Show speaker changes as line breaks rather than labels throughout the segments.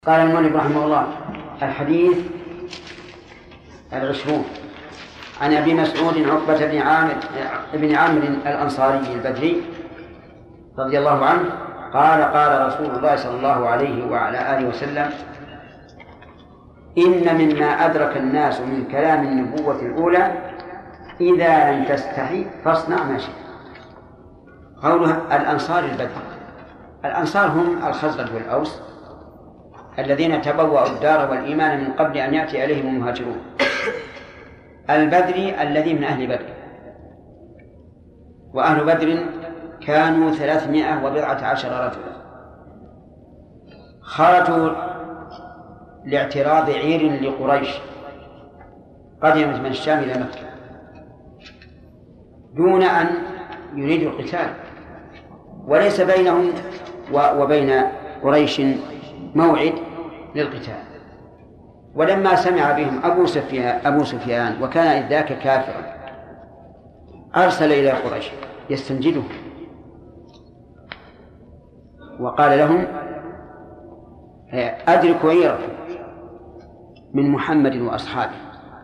قال المؤلف رحمه الله: الحديث 20 عن أبي مسعود عقبة بن عامر الأنصاري البدري رضي الله عنه قال: قال رسول الله صلى الله عليه وعلى آله وسلم: إن مما أدرك الناس من كلام النبوة الأولى إذا لم تستحي فاصنع ما شئت. قولها الأنصار البدري، الأنصار هم الخزرج والأوس الذين تبوأوا الدار والإيمان من قبل أن يأتي عليهم المهاجرون. البدري الذي من أهل بدر، وأهل بدر كانوا 310 رجلا، خرجوا لاعتراض عير لقريش قدمت من الشام إلى مكة دون أن يريدوا القتال، وليس بينهم وبين قريش موعد للقتال. ولما سمع بهم أبو سفيان وكان إذ ذاك كافرا أرسل إلى قريش يستنجدهم وقال لهم: أدركوا عيركم من محمد وأصحابه.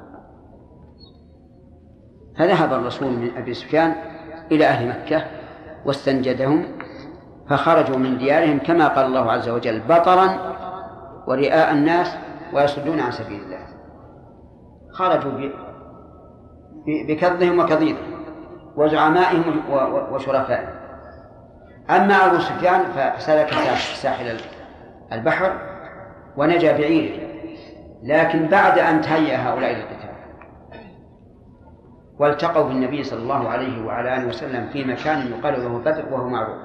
فذهب الرسول من أبي سفيان إلى أهل مكة واستنجدهم، فخرجوا من ديارهم كما قال الله عز وجل: بطرا ورئاء الناس ويصدون عن سبيل الله. خرجوا بكظهم وكظيظهم وزعمائهم وشرفائهم. أما أبو سفيان فسلك ساحل البحر ونجا بعيره، لكن بعد أن تهيأ هؤلاء للقتال والتقوا بالنبي صلى الله عليه وعلى آله وسلم في مكان يقال له بدر وهو معروف.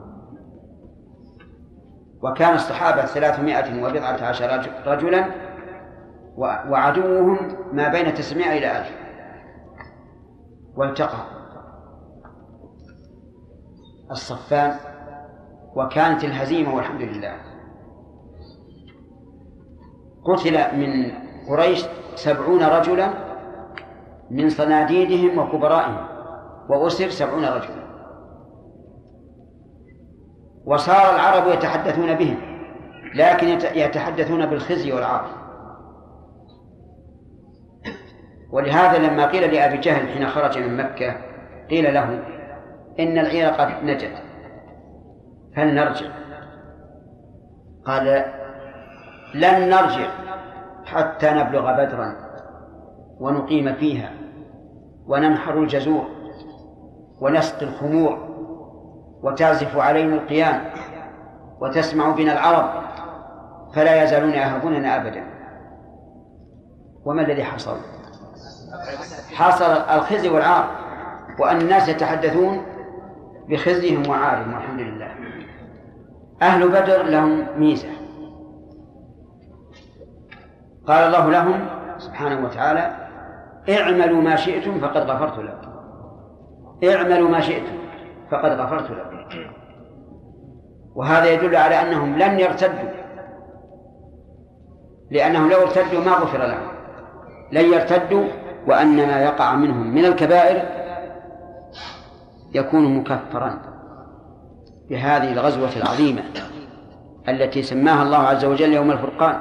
وكان الصحابة 310 رجلا، وعدوهم ما بين 900 إلى 1000، والتقى الصفان وكانت الهزيمة والحمد لله. قتل من قريش 70 رجلا من صناديدهم وكبرائهم، وأسر 70 رجلا. وصار العرب يتحدثون بهم، لكن يتحدثون بالخزي والعار. ولهذا لما قيل لأبي جهل حين خرج من مكة قيل له: إن العير قد نجت فلنرجع. قال: لن نرجع حتى نبلغ بدرا ونقيم فيها وننحر الجزور ونسقي الخمور وتعزف علينا القيان وتسمع بنا العرب فلا يزالون يهابوننا أبدا. وما الذي حصل؟ حصل الخزي والعار، وأن الناس يتحدثون بخزيهم وعارهم، والحمد لله. أهل بدر لهم ميزة، قال الله لهم سبحانه وتعالى: اعملوا ما شئتم فقد غفرت لكم. اعملوا ما شئتم فقد غفرت لكم. وهذا يدل على أنهم لن يرتدوا، لأنهم لو ارتدوا ما غفر لهم، لن يرتدوا، وأن ما يقع منهم من الكبائر يكون مكفرا بهذه الغزوة العظيمة التي سماها الله عز وجل يوم الفرقان.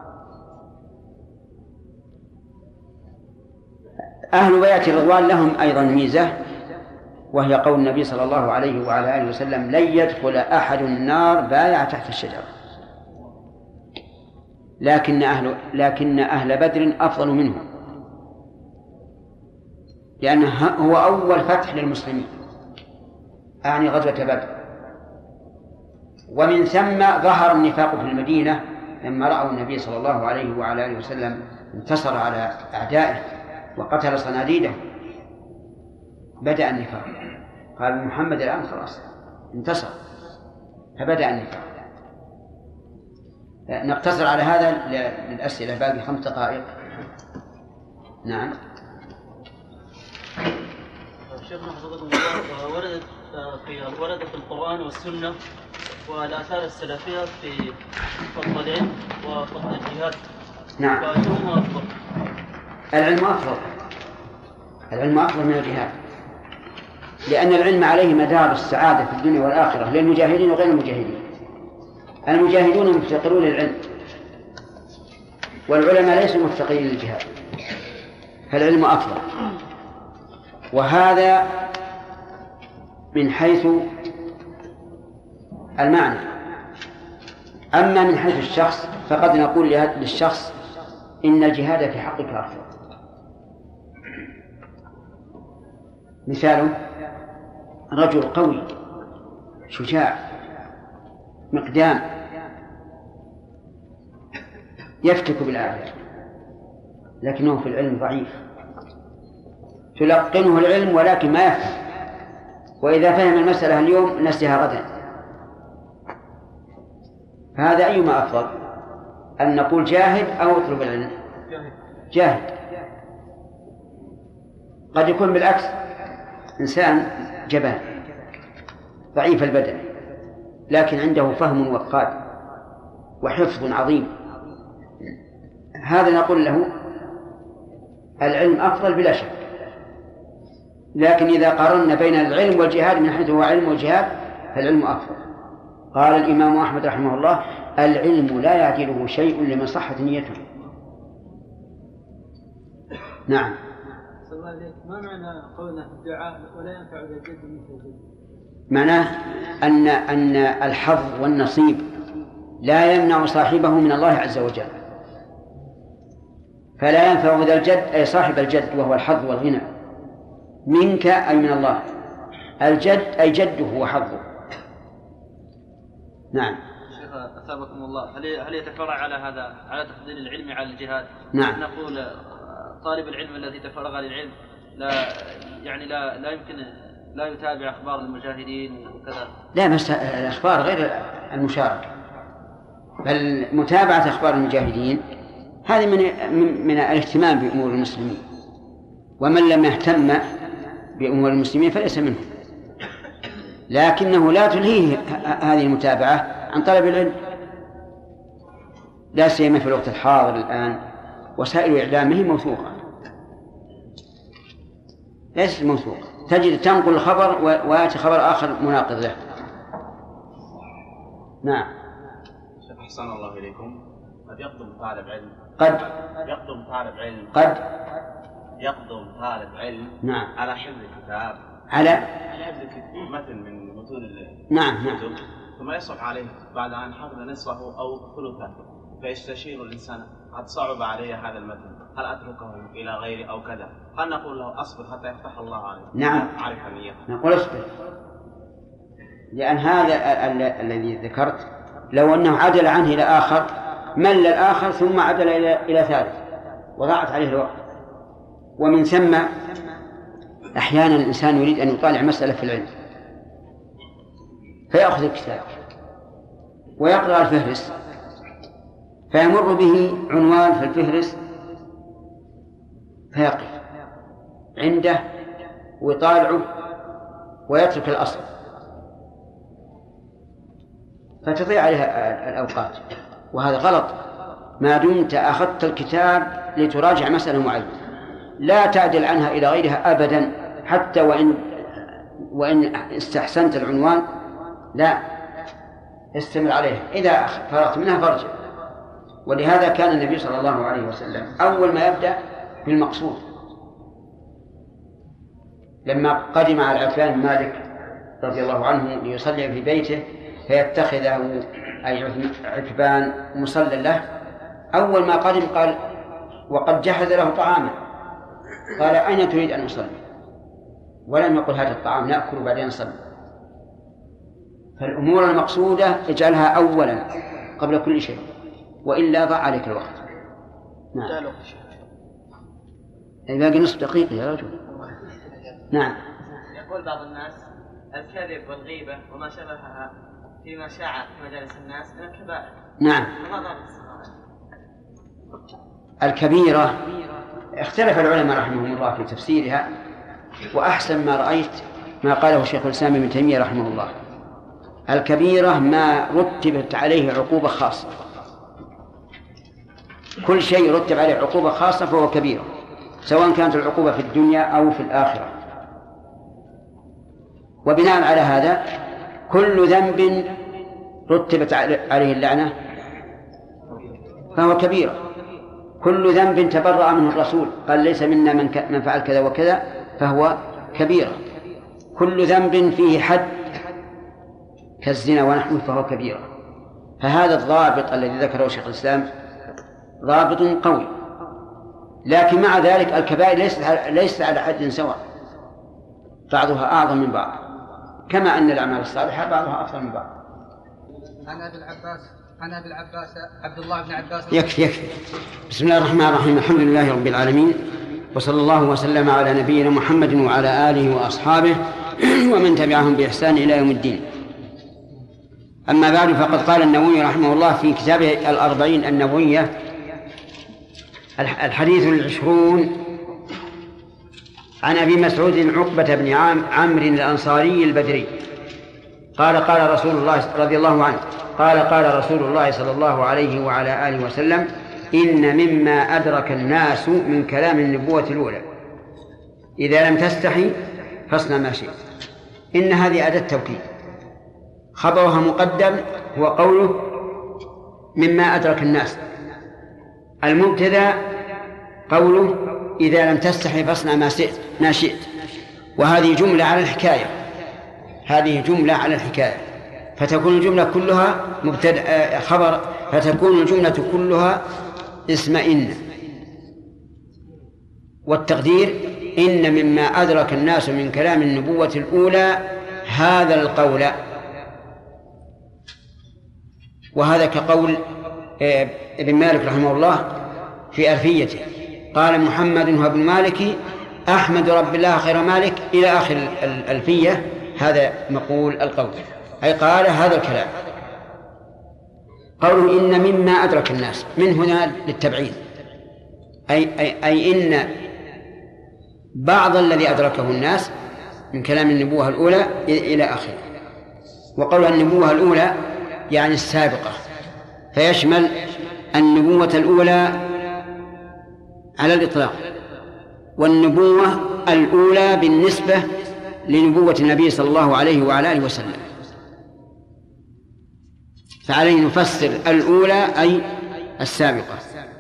أهل بيعة الرضوان لهم أيضا ميزة، وهي قول النبي صلى الله عليه وعلى آله وسلم: لن يدخل أحد النار بايع تحت الشجرة. لكن أهل بدر أفضل منهم، لأنه هو أول فتح للمسلمين، أعني غزوة بدر. ومن ثم ظهر النفاق في المدينة لما رأوا النبي صلى الله عليه وعلى آله وسلم انتصر على أعدائه وقتل صناديده، بدأ النفاق. قال محمد الآن خلاص انتصر، فبدأ النفاق. نقتصر على هذا للأسئلة، باقي 5 دقائق. نعم.
شيخنا حفظكم الله، ورد في القرآن والسنة والآثار السلفية في فضل العلم وفضل الجهاد.
نعم.
فأيهما أفضل؟
العلم أفضل، العلم أفضل من الجهاد، لأن العلم عليه مدار السعادة في الدنيا والآخرة للمجاهدين وغير المجاهدين. المجاهدون مفتقرون للعلم والعلماء ليسوا مفتقرين للجهاد، فالعلم أفضل. وهذا من حيث المعنى. أما من حيث الشخص فقد نقول للشخص إن الجهاد في حقك أفضل. مثاله رجل قوي شجاع مقدام يفتك بالأعداء، لكنه في العلم ضعيف، تلقنه العلم ولكن ما يفهم، وإذا فهم المسألة اليوم نسيها غدا. فهذا أيما أفضل، أن نقول جاهد أو اطلب العلم؟ جاهد. قد يكون بالعكس إنسان جبان ضعيف البدن لكن عنده فهم وقاد وحفظ عظيم، هذا نقول له العلم أفضل بلا شك. لكن إذا قارنا بين العلم والجهاد من حيث هو علم والجهاد فالعلم أفضل. قال الإمام أحمد رحمه الله: العلم لا يعدله شيء لمن صحت نيته. نعم.
ما معنى قولنا في الدعاء ولا ينفع ذا الجد مثل الجد؟
معناه أن الحظ والنصيب لا يمنع صاحبه من الله عز وجل، فلا ينفع ذا الجد أي صاحب الجد وهو الحظ والغنى منك أي من الله، الجد أي جده وحظه. نعم.
شيخ أثابكم الله، هل يتفرع على هذا على تفضيل العلم على الجهاد؟
نعم.
نقول طالب العلم الذي تفرغ للعلم لا يمكن لا يتابع أخبار المجاهدين وكذا.
لا، بس الأخبار غير المشاركة، بل متابعة أخبار المجاهدين هذه من الاهتمام بأمور المسلمين، ومن لم يهتم بأمور المسلمين فليس منهم، لكنه لا تلهيه هذه المتابعة عن طلب العلم، لا سيما في الوقت الحاضر الآن وسائل إعلامه موثوقة، ليست موثوقة، تجد تنقل الخبر ويأتي خبر آخر مناقض له. نعم.
شيخ أحسن الله إليكم، قد يقدم طالب علم
نعم.
على حفظ الكتاب،
على
حفظ متن من متون
نعم.
ثم يصعب عليه بعد أن حفظ نصفه أو ثلثه فيستشير الإنسان قد صعب علي هذا المتن، هل أتركه إلى غيري أو كذا؟ هل نقول له أصبر حتى يفتح الله عليه؟
نعم.
أعرف نيته.
نقول أصبر، لأن هذا الذي ذكرت لو أنه عدل عنه إلى آخر مل الآخر ثم عدل إلى ثالث وضاعت عليه الوقت. ومن ثم أحيانا الإنسان يريد أن يطالع مسألة في العلم فيأخذ الكتاب ويقرأ الفهرس فيمر به عنوان في الفهرس فيقف عنده ويطالعه ويترك الأصل، فتضيع عليها الأوقات، وهذا غلط. ما دمت أخذت الكتاب لتراجع مسألة معينة لا تعدل عنها إلى غيرها أبدا، حتى وإن استحسنت العنوان لا استمر عليه، إذا فرغت منها فارجع. ولهذا كان النبي صلى الله عليه وسلم أول ما يبدأ بالمقصود، لما قدم على عتبان بن مالك رضي الله عنه ليصلي في بيته فيتخذه أي عتبان مصلى له، أول ما قدم قال وقد جهز له طعاما، قال أين تريد أن أصلي؟ ولم يقل هذا الطعام نأكل وبعدين نصلي. فالأمور المقصودة اجعلها أولا قبل كل شيء، وإلا ضاع عليك الوقت. نعم. باقي نصف دقيقة يا رجل. نعم.
يقول بعض الناس الكذب والغيبة وما شبهها فيما شاع في مجالس الناس من الكبائر.
نعم. الكبيرة اختلف العلماء رحمهم الله في تفسيرها، وأحسن ما رأيت ما قاله شيخ الإسلام ابن تيمية رحمه الله: الكبيرة ما رتبت عليه عقوبة خاصة، كل شيء رتب عليه عقوبة خاصة فهو كبيرة، سواء كانت العقوبة في الدنيا أو في الآخرة. وبناء على هذا كل ذنب رتبت عليه اللعنة فهو كبيرة، كل ذنب تبرأ منه الرسول قال ليس منا من فعل كذا وكذا فهو كبيرة. كل ذنب فيه حد كالزنا ونحوه فهو كبيرة. فهذا الضابط الذي ذكره شيخ الإسلام ضابط قوي، لكن مع ذلك الكبائر ليست على حد سواء، بعضها أعظم من بعض، كما أن الأعمال الصالحة بعضها أفضل من بعض.
عن أبي العباس عبد الله بن عباس.
يكفي. بسم الله الرحمن الرحيم. الحمد لله رب العالمين، وصلى الله وسلم على نبينا محمد وعلى آله وأصحابه ومن تبعهم بإحسان إلى يوم الدين. أما بعد، فقد قال النووي رحمه الله في كتابه 40 النووية الحديث 20 عن أبي مسعود عقبة بن عمرو الأنصاري البدري قال رسول الله رضي الله عنه قال رسول الله صلى الله عليه وعلى آله وسلم: إن مما أدرك الناس من كلام النبوة الأولى إذا لم تستحي فاصنع ما شئت. إن هذه أداة توكيد، خبرها مقدم هو قوله مما أدرك الناس، المبتدأ قوله إذا لم تستحي فاصنع ما شئت، وهذه جملة على الحكاية، فتكون الجملة كلها مبتدأ خبر، فتكون الجملة كلها اسم إن، والتقدير إن مما أدرك الناس من كلام النبوة الأولى هذا القول. وهذا كقول ابن مالك رحمه الله في ألفيته، قال محمد هو ابن مالك أحمد رب الله خير مالك إلى آخر الألفية. هذا مقول القول، أي قال هذا الكلام. قوله إن مما أدرك الناس، من هنا للتبعيد، أي إن بعض الذي أدركه الناس من كلام النبوة الأولى إلى آخره. وقول النبوة الأولى يعني السابقة، فيشمل النبوة الأولى على الإطلاق، والنبوة الأولى بالنسبة لنبوة النبي صلى الله عليه وعلى آله وسلم. فعليه نفسر الأولى أي السابقة.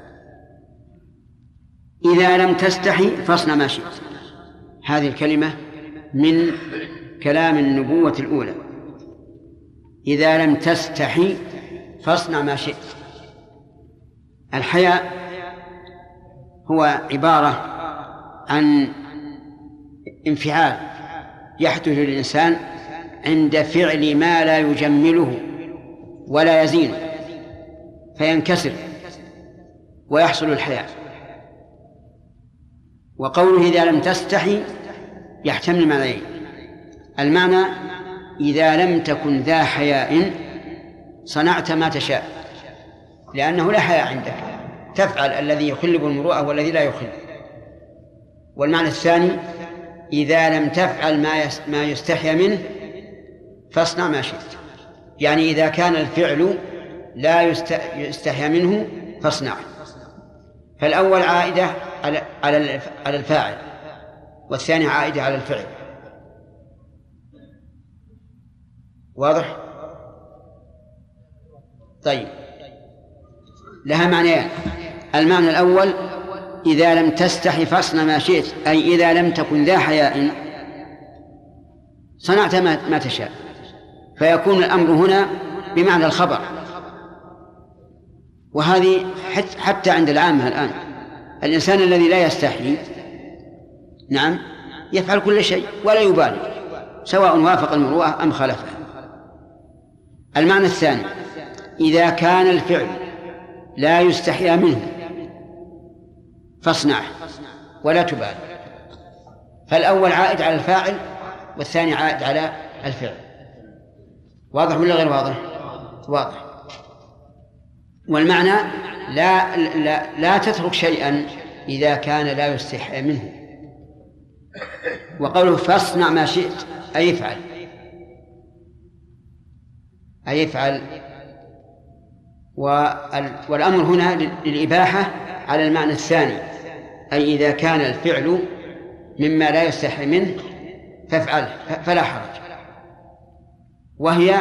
إذا لم تستحي فاصنع ما شئت، هذه الكلمة من كلام النبوة الأولى. إذا لم تستحي فاصنع ما شئت. الحياء هو عبارة عن انفعال يحدث للإنسان عند فعل ما لا يجمله ولا يزينه، فينكسر ويحصل الحياء. وقوله إذا لم تستحي يحتمل معنيين: المعنى إذا لم تكن ذا حياء صنعت ما تشاء، لأنه لا حياء عندك، تفعل الذي يخلب المروءة والذي لا يخلب. والمعنى الثاني إذا لم تفعل ما يستحي منه فاصنع ما شئت، يعني إذا كان الفعل لا يستحي منه فاصنعه. فالأول عائدة على الفاعل، والثاني عائدة على الفعل. واضح؟ طيب، لها معنيان: المعنى الأول إذا لم تستحي فاصنع ما شئت، أي إذا لم تكن ذا حياء صنعت ما تشاء، فيكون الأمر هنا بمعنى الخبر. وهذه حتى عند العامة الآن، الإنسان الذي لا يستحي نعم يفعل كل شيء ولا يبالي، سواء وافق المروءة أم خالفها. المعنى الثاني إذا كان الفعل لا يستحيا منه فاصنعه ولا تبالي. فالأول عائد على الفاعل والثاني عائد على الفعل. واضح ولا غير واضح؟ واضح. والمعنى لا تترك شيئا إذا كان لا يستحي منه. وقوله فاصنع ما شئت أي افعل. والأمر هنا للإباحة على المعنى الثاني، أي إذا كان الفعل مما لا يستحي منه فافعله فلا حرج. وهي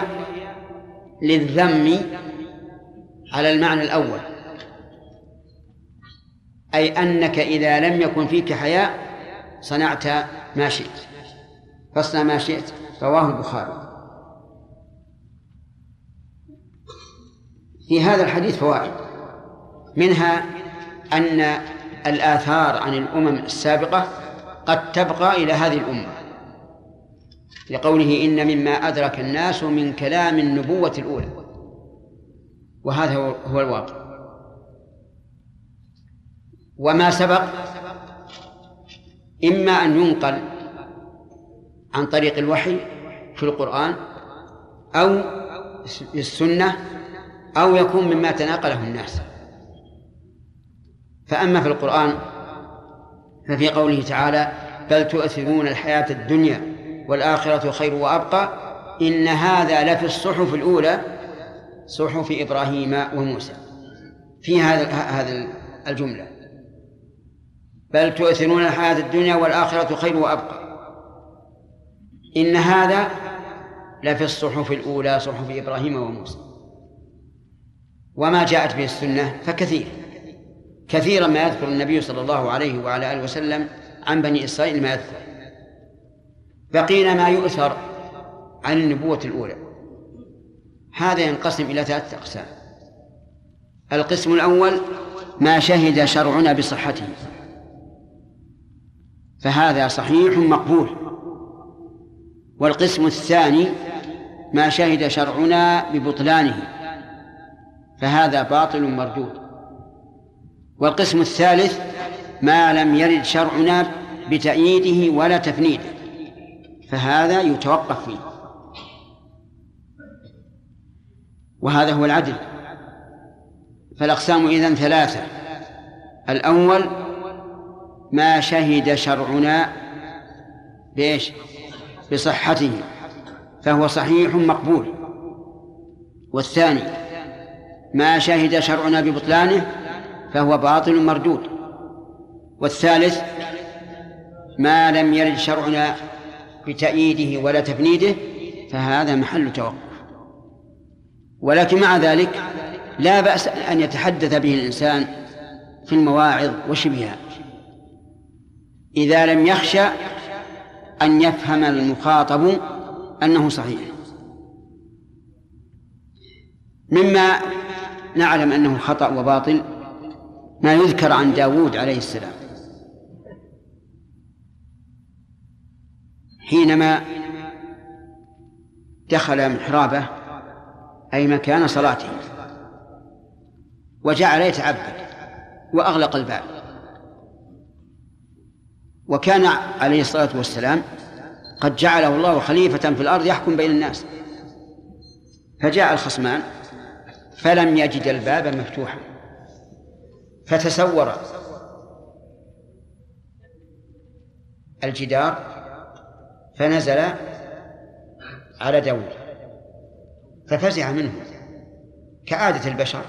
للذم على المعنى الأول، أي أنك إذا لم يكن فيك حياء صنعت ما شئت، فاصنع ما شئت. رواه البخاري. في هذا الحديث فوائد، منها أن الآثار عن الأمم السابقة قد تبقى إلى هذه الأمة، لقوله إن مما أدرك الناس من كلام النبوة الأولى، وهذا هو الواقع. وما سبق إما أن ينقل عن طريق الوحي في القرآن أو في السنة، أو يكون مما تناقله الناس. فأما في القرآن ففي قوله تعالى بل تؤثرون الحياة الدنيا والآخرة خير وأبقى إن هذا لفي الصحف الأولى صحف إبراهيم وموسى، في هذا الجملة بل تؤثرون الحياة الدنيا والآخرة خير وأبقى، إن هذا لفي الصحف الأولى صحف إبراهيم وموسى. وما جاءت به السنة كثيرا ما يذكر النبي صلى الله عليه وعلى آله وسلم عن بني إسرائيل ما يذكر. بقينا ما يؤثر عن النبوة الأولى، هذا ينقسم إلى 3 أقسام. القسم الأول ما شهد شرعنا بصحته، فهذا صحيح مقبول. والقسم الثاني ما شهد شرعنا ببطلانه، فهذا باطل مردود. والقسم الثالث ما لم يرد شرعنا بتأييده ولا تفنيده، فهذا يتوقف فيه. وهذا هو العدل. فالأقسام إذن 3: الأول ما شهد شرعنا بإيش؟ بصحته، فهو صحيح مقبول. والثاني ما شهد شرعنا ببطلانه، فهو باطل مردود. والثالث ما لم يرد شرعنا بتأييده ولا تفنيده، فهذا محل توقف. ولكن مع ذلك لا بأس أن يتحدث به الإنسان في المواعظ وشبهها إذا لم يخشى أن يفهم المخاطب أنه صحيح. مما نعلم أنه خطأ وباطل ما يذكر عن داود عليه السلام حينما دخل محرابه أي مكان صلاته وجعل يتعبد وأغلق الباب، وكان عليه الصلاة والسلام قد جعله الله خليفة في الأرض يحكم بين الناس. فجاء الخصمان فلم يجد الباب مفتوحا، فتسور الجدار فنزل على داود، ففزع منه كعادة البشر.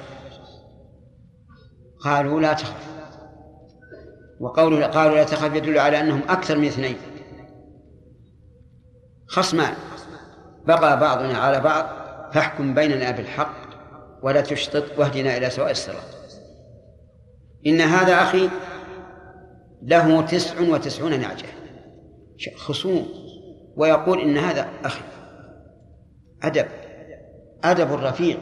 قالوا لا تخف، قالوا لا تخف يدل على أنهم أكثر من 2 خصمان، بقى بعضنا على بعض، فاحكم بيننا بالحق ولا تشطط واهدنا إلى سواء الصراط. إن هذا أخي له 99 نعجة، خصوم، ويقول إن هذا أخي. أدب الرفيق.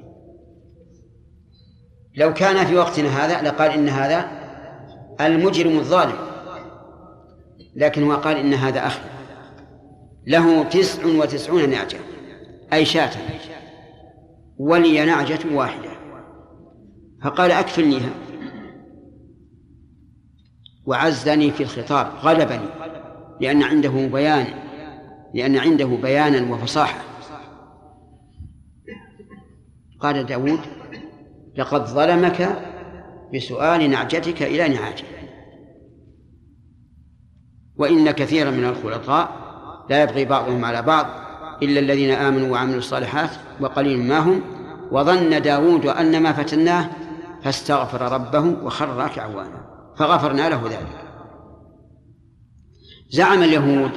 لو كان في وقتنا هذا لقال إن هذا المجرم الظالم، لكن هو قال إن هذا أخي له 99 نعجة أي شاة، ولي نعجة واحدة، فقال أكفلنيها. وعزني في الخطاب، غلبني لأن عنده بيانا وفصاحة. قال داود لقد ظلمك بسؤال نعجتك إلى نعاجه. وإن كثيرا من الخلطاء لا يبغي بعضهم على بعض إلا الذين آمنوا وعملوا الصالحات وقليل ما هم. وظن داود أن ما فتناه فاستغفر ربه وخر راكعا وانا فغفرنا له ذلك. زعم اليهود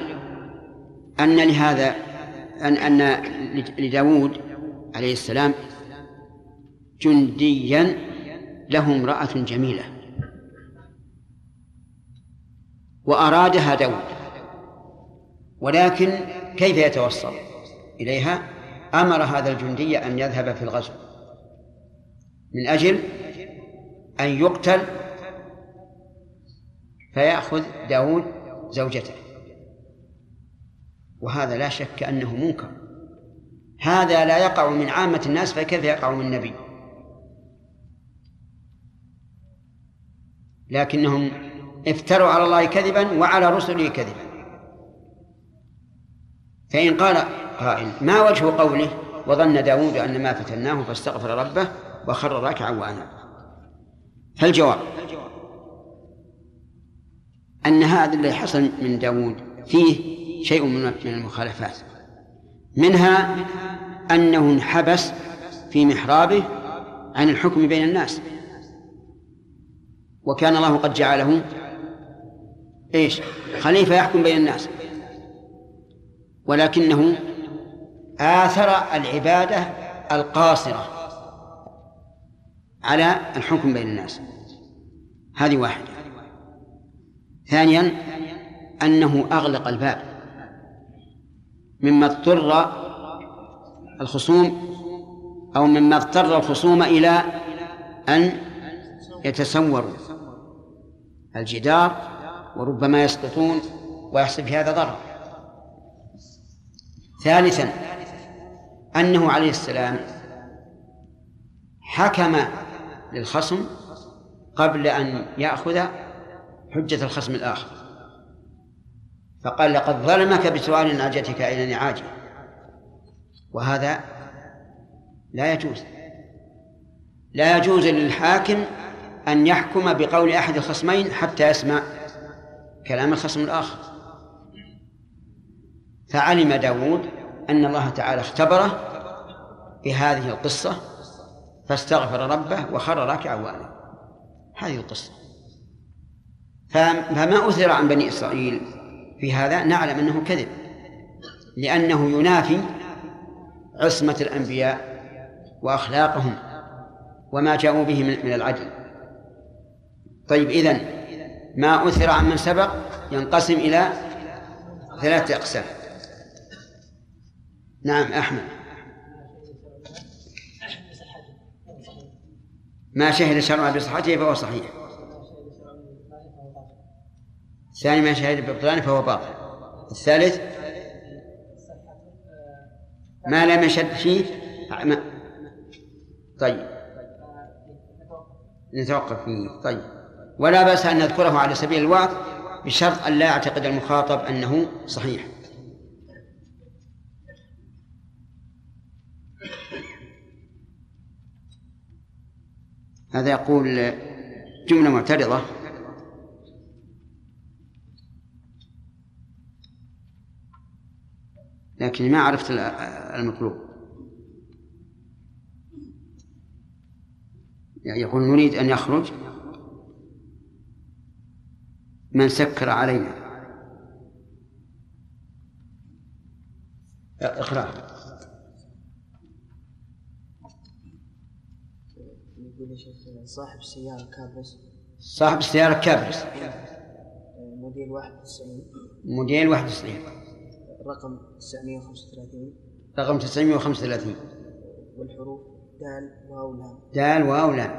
أن لداود عليه السلام جنديا له امرأة جميلة وأرادها داود، ولكن كيف يتوصل إليها؟ أمر هذا الجندي أن يذهب في الغزو من أجل أن يقتل فيأخذ داود زوجته، وهذا لا شك أنه منكر. هذا لا يقع من عامة الناس، فكيف يقع من النبي؟ لكنهم افتروا على الله كذبا وعلى رسله كذبا. فإن قال قائل ما وجه قوله وظن داود أن ما فتناه فاستغفر ربه وخر راكعا وأناب؟ فالجواب أن هذا اللي حصل من داود فيه شيء من المخالفات، منها أنه انحبس في محرابه عن الحكم بين الناس، وكان الله قد جعله خليفة يحكم بين الناس، ولكنه آثر العبادة القاصرة على الحكم بين الناس. هذه واحدة. ثانيا أنه أغلق الباب مما اضطر الخصوم أو مما اضطر الخصوم إلى أن يتسوروا الجدار وربما يسقطون ويحصل في هذا ضرر. ثالثا أنه عليه السلام حكم للخصم قبل أن يأخذ حجة الخصم الآخر، فقال لقد ظلمك بسؤال نعجتك إلى نعاجه، وهذا لا يجوز للحاكم أن يحكم بقول أحد الخصمين حتى يسمع كلام الخصم الآخر. فعلم داود أن الله تعالى اختبره بهذه القصة فاستغفر ربه وخر راكعا وأناب. هذه القصة. فما أثر عن بني إسرائيل في هذا نعلم أنه كذب، لأنه ينافي عصمة الأنبياء وأخلاقهم وما جاءوا به من العدل. طيب، إذن ما أثر عن من سبق ينقسم إلى 3 أقسام. نعم أحمد. ما شهد شرعا بصحته فهو صحيح. الثاني ما شهد ببطلانه فهو باطل. الثالث ما لم يشهد فيه طيب نتوقف فيه. طيب، ولا بأس أن نذكره على سبيل الوعظ بشرط أن لا يعتقد المخاطب أنه صحيح. هذا يقول جملة معترضة: لكن ما عرفت المطلوب. يقول نريد أن يخرج من سكر علينا. اقرأ.
يقول يا شيخ صاحب السيارة كابرس.
صاحب السيارة كابرس.
موديل 91.
موديل 91.
رقم 935.
رقم 935.
والحروف دال واو لام.
دال واو لام.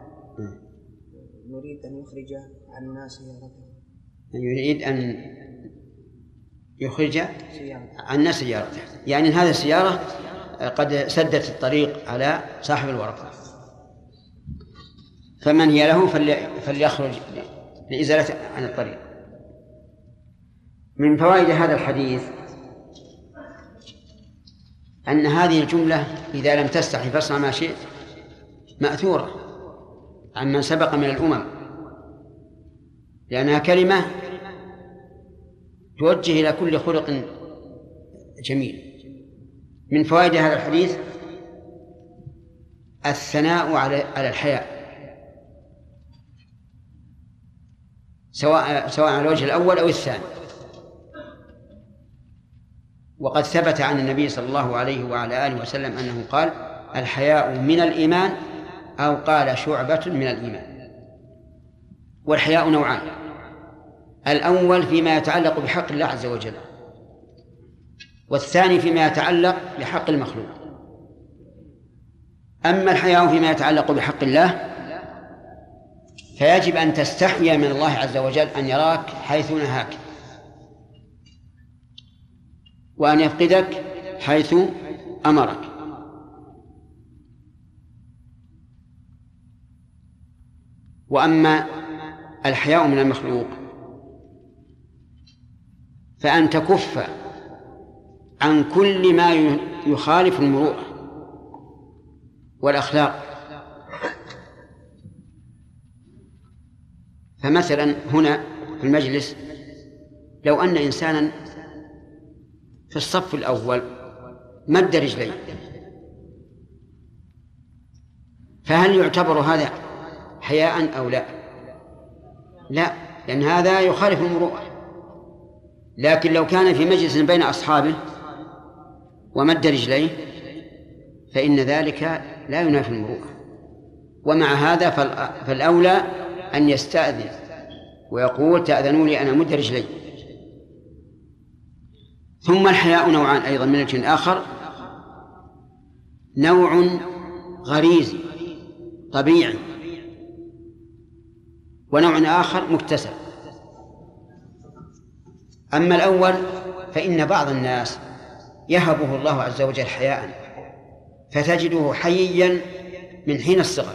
نريد أن يخرج عن الناس سيارته.
يريد أن يخرج عن الناس سيارته، يعني أن هذه السيارة قد سدت الطريق على صاحب الورقة، فمن هي له فليخرج لإزالة عن الطريق. من فوائد هذا الحديث أن هذه الجملة إذا لم تستحي فاصنع ما شئت مأثورة عن من سبق من الأمم، لأنها كلمة توجه إلى كل خلق جميل. من فوائد هذا الحديث الثناء على الحياء، سواء على الوجه الأول أو الثاني. وقد ثبت عن النبي صلى الله عليه وعلى آله وسلم أنه قال: الحياء من الإيمان، أو قال شعبة من الإيمان. والحياء نوعان: الأول فيما يتعلق بحق الله عز وجل، والثاني فيما يتعلق بحق المخلوق. أما الحياء فيما يتعلق بحق الله فيجب أن تستحيا من الله عز وجل أن يراك حيث نهاك، وأن يفقدك حيث أمرك. وأما الحياء من المخلوق فأن تكف عن كل ما يخالف المروءة والأخلاق. فمثلا هنا في المجلس لو أن إنسانا في الصف الأول مد رجليه، فهل يعتبر هذا حياء أو لا؟ لا، لأن هذا يخالف المروءة. لكن لو كان في مجلس بين أصحابه ومد رجليه فإن ذلك لا ينافي المروءة. ومع هذا فالأولى أن يستأذن ويقول تأذنوا لي أن أمد رجلي. ثم الحياء نوعان أيضا من وجه آخر، نوع غريزي طبيعي، ونوع آخر مكتسب. أما الأول فإن بعض الناس يهبه الله عز وجل حياء فتجده حييا من حين الصغر،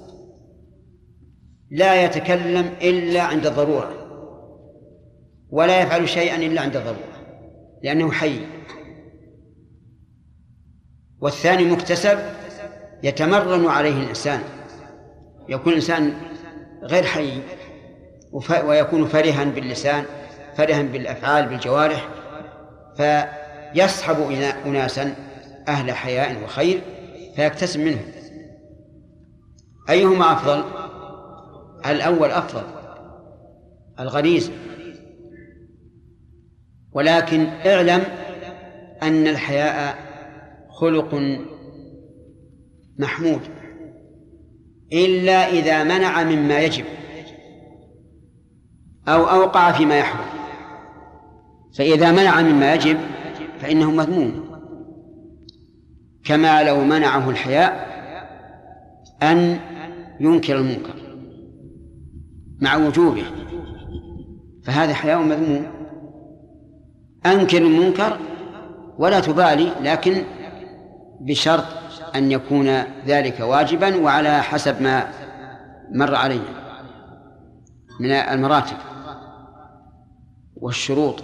لا يتكلم إلا عند الضرورة، ولا يفعل شيئا إلا عند الضرورة لأنه حي. والثاني مكتسب يتمرن عليه الإنسان، يكون الإنسان غير حي ويكون فرحا باللسان، فرحا بالأفعال بالجوارح، فيصحب أناسا أهل حياء وخير فيكتسب منهم. أيهما أفضل؟ الأول أفضل، الغريزة. ولكن اعلم أن الحياء خلق محمود إلا إذا منع مما يجب أو أوقع فيما يحرم. فإذا منع مما يجب فإنه مذموم، كما لو منعه الحياء أن ينكر المنكر مع وجوبه، فهذا حياء مذموم. أنكر المنكر ولا تبالي، لكن بشرط أن يكون ذلك واجبا وعلى حسب ما مر عليه من المراتب والشروط.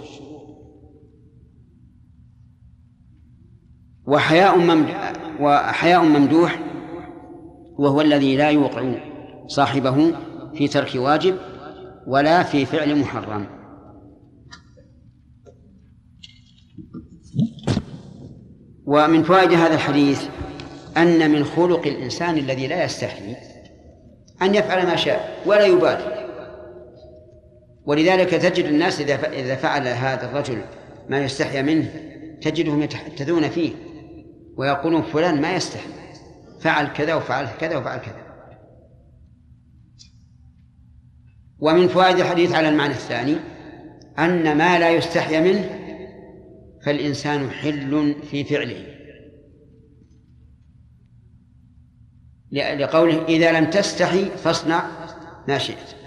وحياء ممدوح وهو الذي لا يوقع صاحبه في ترك واجب ولا في فعل محرم. ومن فوائد هذا الحديث أن من خلق الإنسان الذي لا يستحي أن يفعل ما شاء ولا يبالي. ولذلك تجد الناس إذا فعل هذا الرجل ما يستحي منه تجدهم يتحدثون فيه ويقولون فلان ما يستحي، فعل كذا وفعل كذا وفعل كذا. ومن فوائد الحديث على المعنى الثاني أن ما لا يستحي منه فالإنسان حل في فعله، لقوله إذا لم تستحي فاصنع ما شئت.